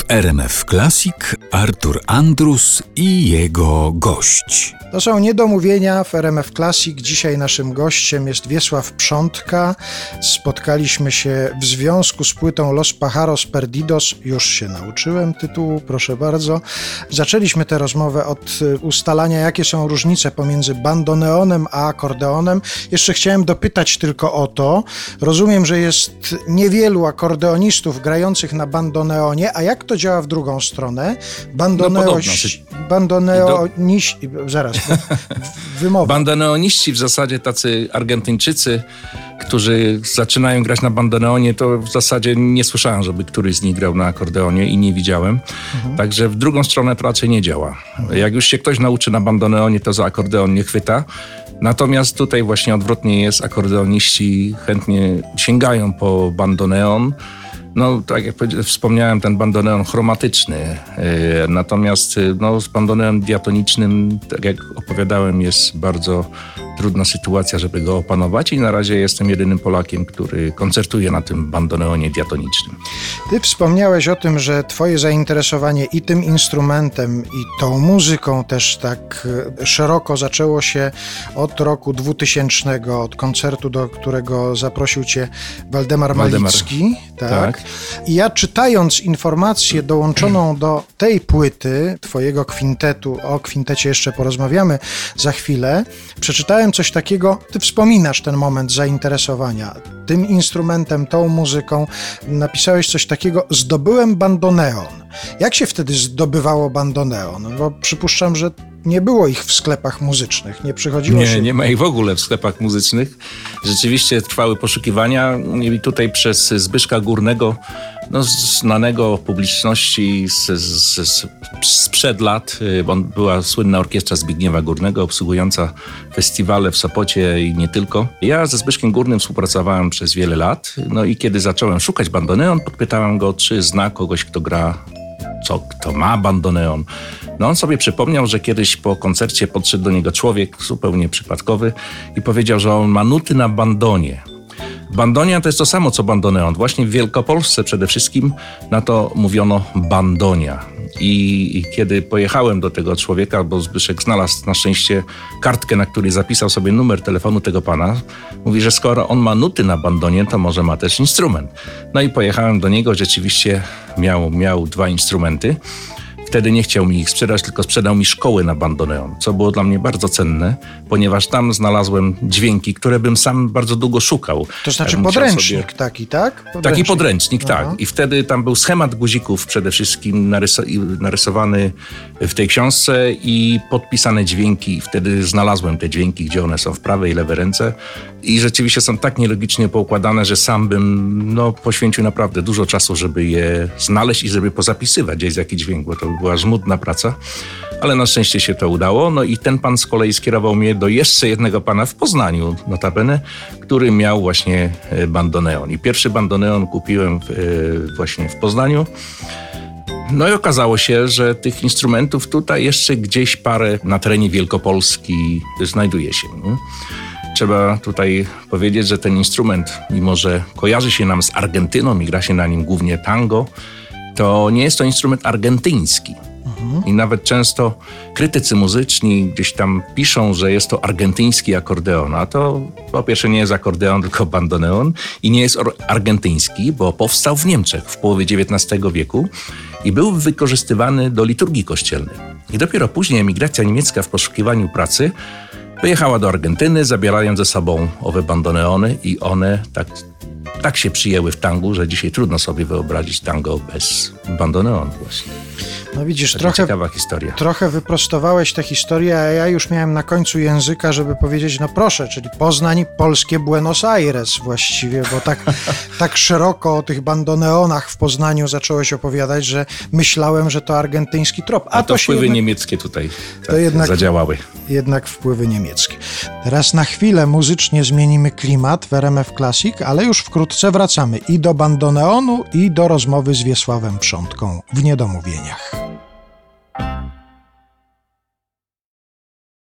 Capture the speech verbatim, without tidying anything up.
W R M F Classic Artur Andrus i jego gość. To są niedomówienia w R M F Classic. Dzisiaj naszym gościem jest Wiesław Przątka. Spotkaliśmy się w związku z płytą Los Pájaros Perdidos. Już się nauczyłem tytułu, proszę bardzo. Zaczęliśmy tę rozmowę od ustalania, jakie są różnice pomiędzy bandoneonem a akordeonem. Jeszcze chciałem dopytać tylko o to. Rozumiem, że jest niewielu akordeonistów grających na bandoneonie, a jak to działa w drugą stronę? Bandoneoś... No Bandoneoniści... Zaraz, wymowa. Bandoneoniści w zasadzie tacy Argentyńczycy, którzy zaczynają grać na bandoneonie, to w zasadzie nie słyszałem, żeby któryś z nich grał na akordeonie i nie widziałem. Mhm. Także w drugą stronę to raczej nie działa. Mhm. Jak już się ktoś nauczy na bandoneonie, to za akordeon nie chwyta. Natomiast tutaj właśnie odwrotnie jest. Akordeoniści chętnie sięgają po bandoneon. No, tak jak wspomniałem, ten bandoneon chromatyczny. Yy, natomiast no, z bandoneonem diatonicznym, tak jak opowiadałem, jest bardzo trudna sytuacja, żeby go opanować i na razie jestem jedynym Polakiem, który koncertuje na tym bandoneonie diatonicznym. Ty wspomniałeś o tym, że twoje zainteresowanie i tym instrumentem, i tą muzyką też tak szeroko zaczęło się od roku dwutysięcznego, od koncertu, do którego zaprosił cię Waldemar, Waldemar. Malicki. Tak. tak. I ja czytając informację dołączoną do tej płyty, twojego kwintetu, o kwintecie jeszcze porozmawiamy za chwilę, przeczytałem coś takiego, ty wspominasz ten moment zainteresowania tym instrumentem, tą muzyką, napisałeś coś takiego: zdobyłem bandoneon. Jak się wtedy zdobywało bandoneon? Bo przypuszczam, że nie było ich w sklepach muzycznych, nie przychodziło nie, się... Nie ma ich w ogóle w sklepach muzycznych. Rzeczywiście trwały poszukiwania i tutaj przez Zbyszka Górnego, no, znanego publiczności z, z, z, sprzed lat, bo była słynna orkiestra Zbigniewa Górnego, obsługująca festiwale w Sopocie i nie tylko. Ja ze Zbyszkiem Górnym współpracowałem przez wiele lat, no i kiedy zacząłem szukać bandoneon, podpytałem go, czy zna kogoś, kto gra, co, kto ma bandoneon. No on sobie przypomniał, że kiedyś po koncercie podszedł do niego człowiek zupełnie przypadkowy i powiedział, że on ma nuty na bandonie. Bandonia to jest to samo, co bandoneon. Właśnie w Wielkopolsce przede wszystkim na to mówiono bandonia. I, I kiedy pojechałem do tego człowieka, bo Zbyszek znalazł na szczęście kartkę, na której zapisał sobie numer telefonu tego pana, mówi, że skoro on ma nuty na bandonie, to może ma też instrument. No i pojechałem do niego, rzeczywiście miał, miał dwa instrumenty. Wtedy nie chciał mi ich sprzedać, tylko sprzedał mi szkoły na bandoneon, co było dla mnie bardzo cenne, ponieważ tam znalazłem dźwięki, które bym sam bardzo długo szukał. To znaczy ja podręcznik sobie... taki, tak? Podręcznik. Taki podręcznik, Aha. tak. I wtedy tam był schemat guzików przede wszystkim narys- narysowany w tej książce i podpisane dźwięki. I wtedy znalazłem te dźwięki, gdzie one są w prawej i lewej ręce. I rzeczywiście są tak nielogicznie poukładane, że sam bym no, poświęcił naprawdę dużo czasu, żeby je znaleźć i żeby pozapisywać, gdzie jest jaki dźwięk, bo to była żmudna praca, ale na szczęście się to udało. No i ten pan z kolei skierował mnie do jeszcze jednego pana w Poznaniu, notabene, który miał właśnie bandoneon. I pierwszy bandoneon kupiłem w, właśnie w Poznaniu. No i okazało się, że tych instrumentów tutaj jeszcze gdzieś parę na terenie Wielkopolski znajduje się. Nie? Trzeba tutaj powiedzieć, że ten instrument, mimo że kojarzy się nam z Argentyną i gra się na nim głównie tango, to nie jest to instrument argentyński. Mhm. I nawet często krytycy muzyczni gdzieś tam piszą, że jest to argentyński akordeon, a to po pierwsze nie jest akordeon, tylko bandoneon i nie jest argentyński, bo powstał w Niemczech w połowie dziewiętnastego wieku i był wykorzystywany do liturgii kościelnej. I dopiero później emigracja niemiecka w poszukiwaniu pracy wyjechała do Argentyny, zabierając ze sobą owe bandoneony i one tak, tak się przyjęły w tangu, że dzisiaj trudno sobie wyobrazić tango bez bandoneonu właśnie. No widzisz, Taka trochę, ciekawa historia. Trochę wyprostowałeś tę historię, a ja już miałem na końcu języka, żeby powiedzieć, no proszę, czyli Poznań, polskie Buenos Aires właściwie, bo tak, tak szeroko o tych bandoneonach w Poznaniu zacząłeś opowiadać, że myślałem, że to argentyński trop. A, a to, to wpływy jednak, niemieckie tutaj tak to jednak, zadziałały. Jednak wpływy niemieckie. Teraz na chwilę muzycznie zmienimy klimat w R M F Classic, ale już wkrótce wracamy i do bandoneonu, i do rozmowy z Wiesławem Przątką w Niedomówieniach.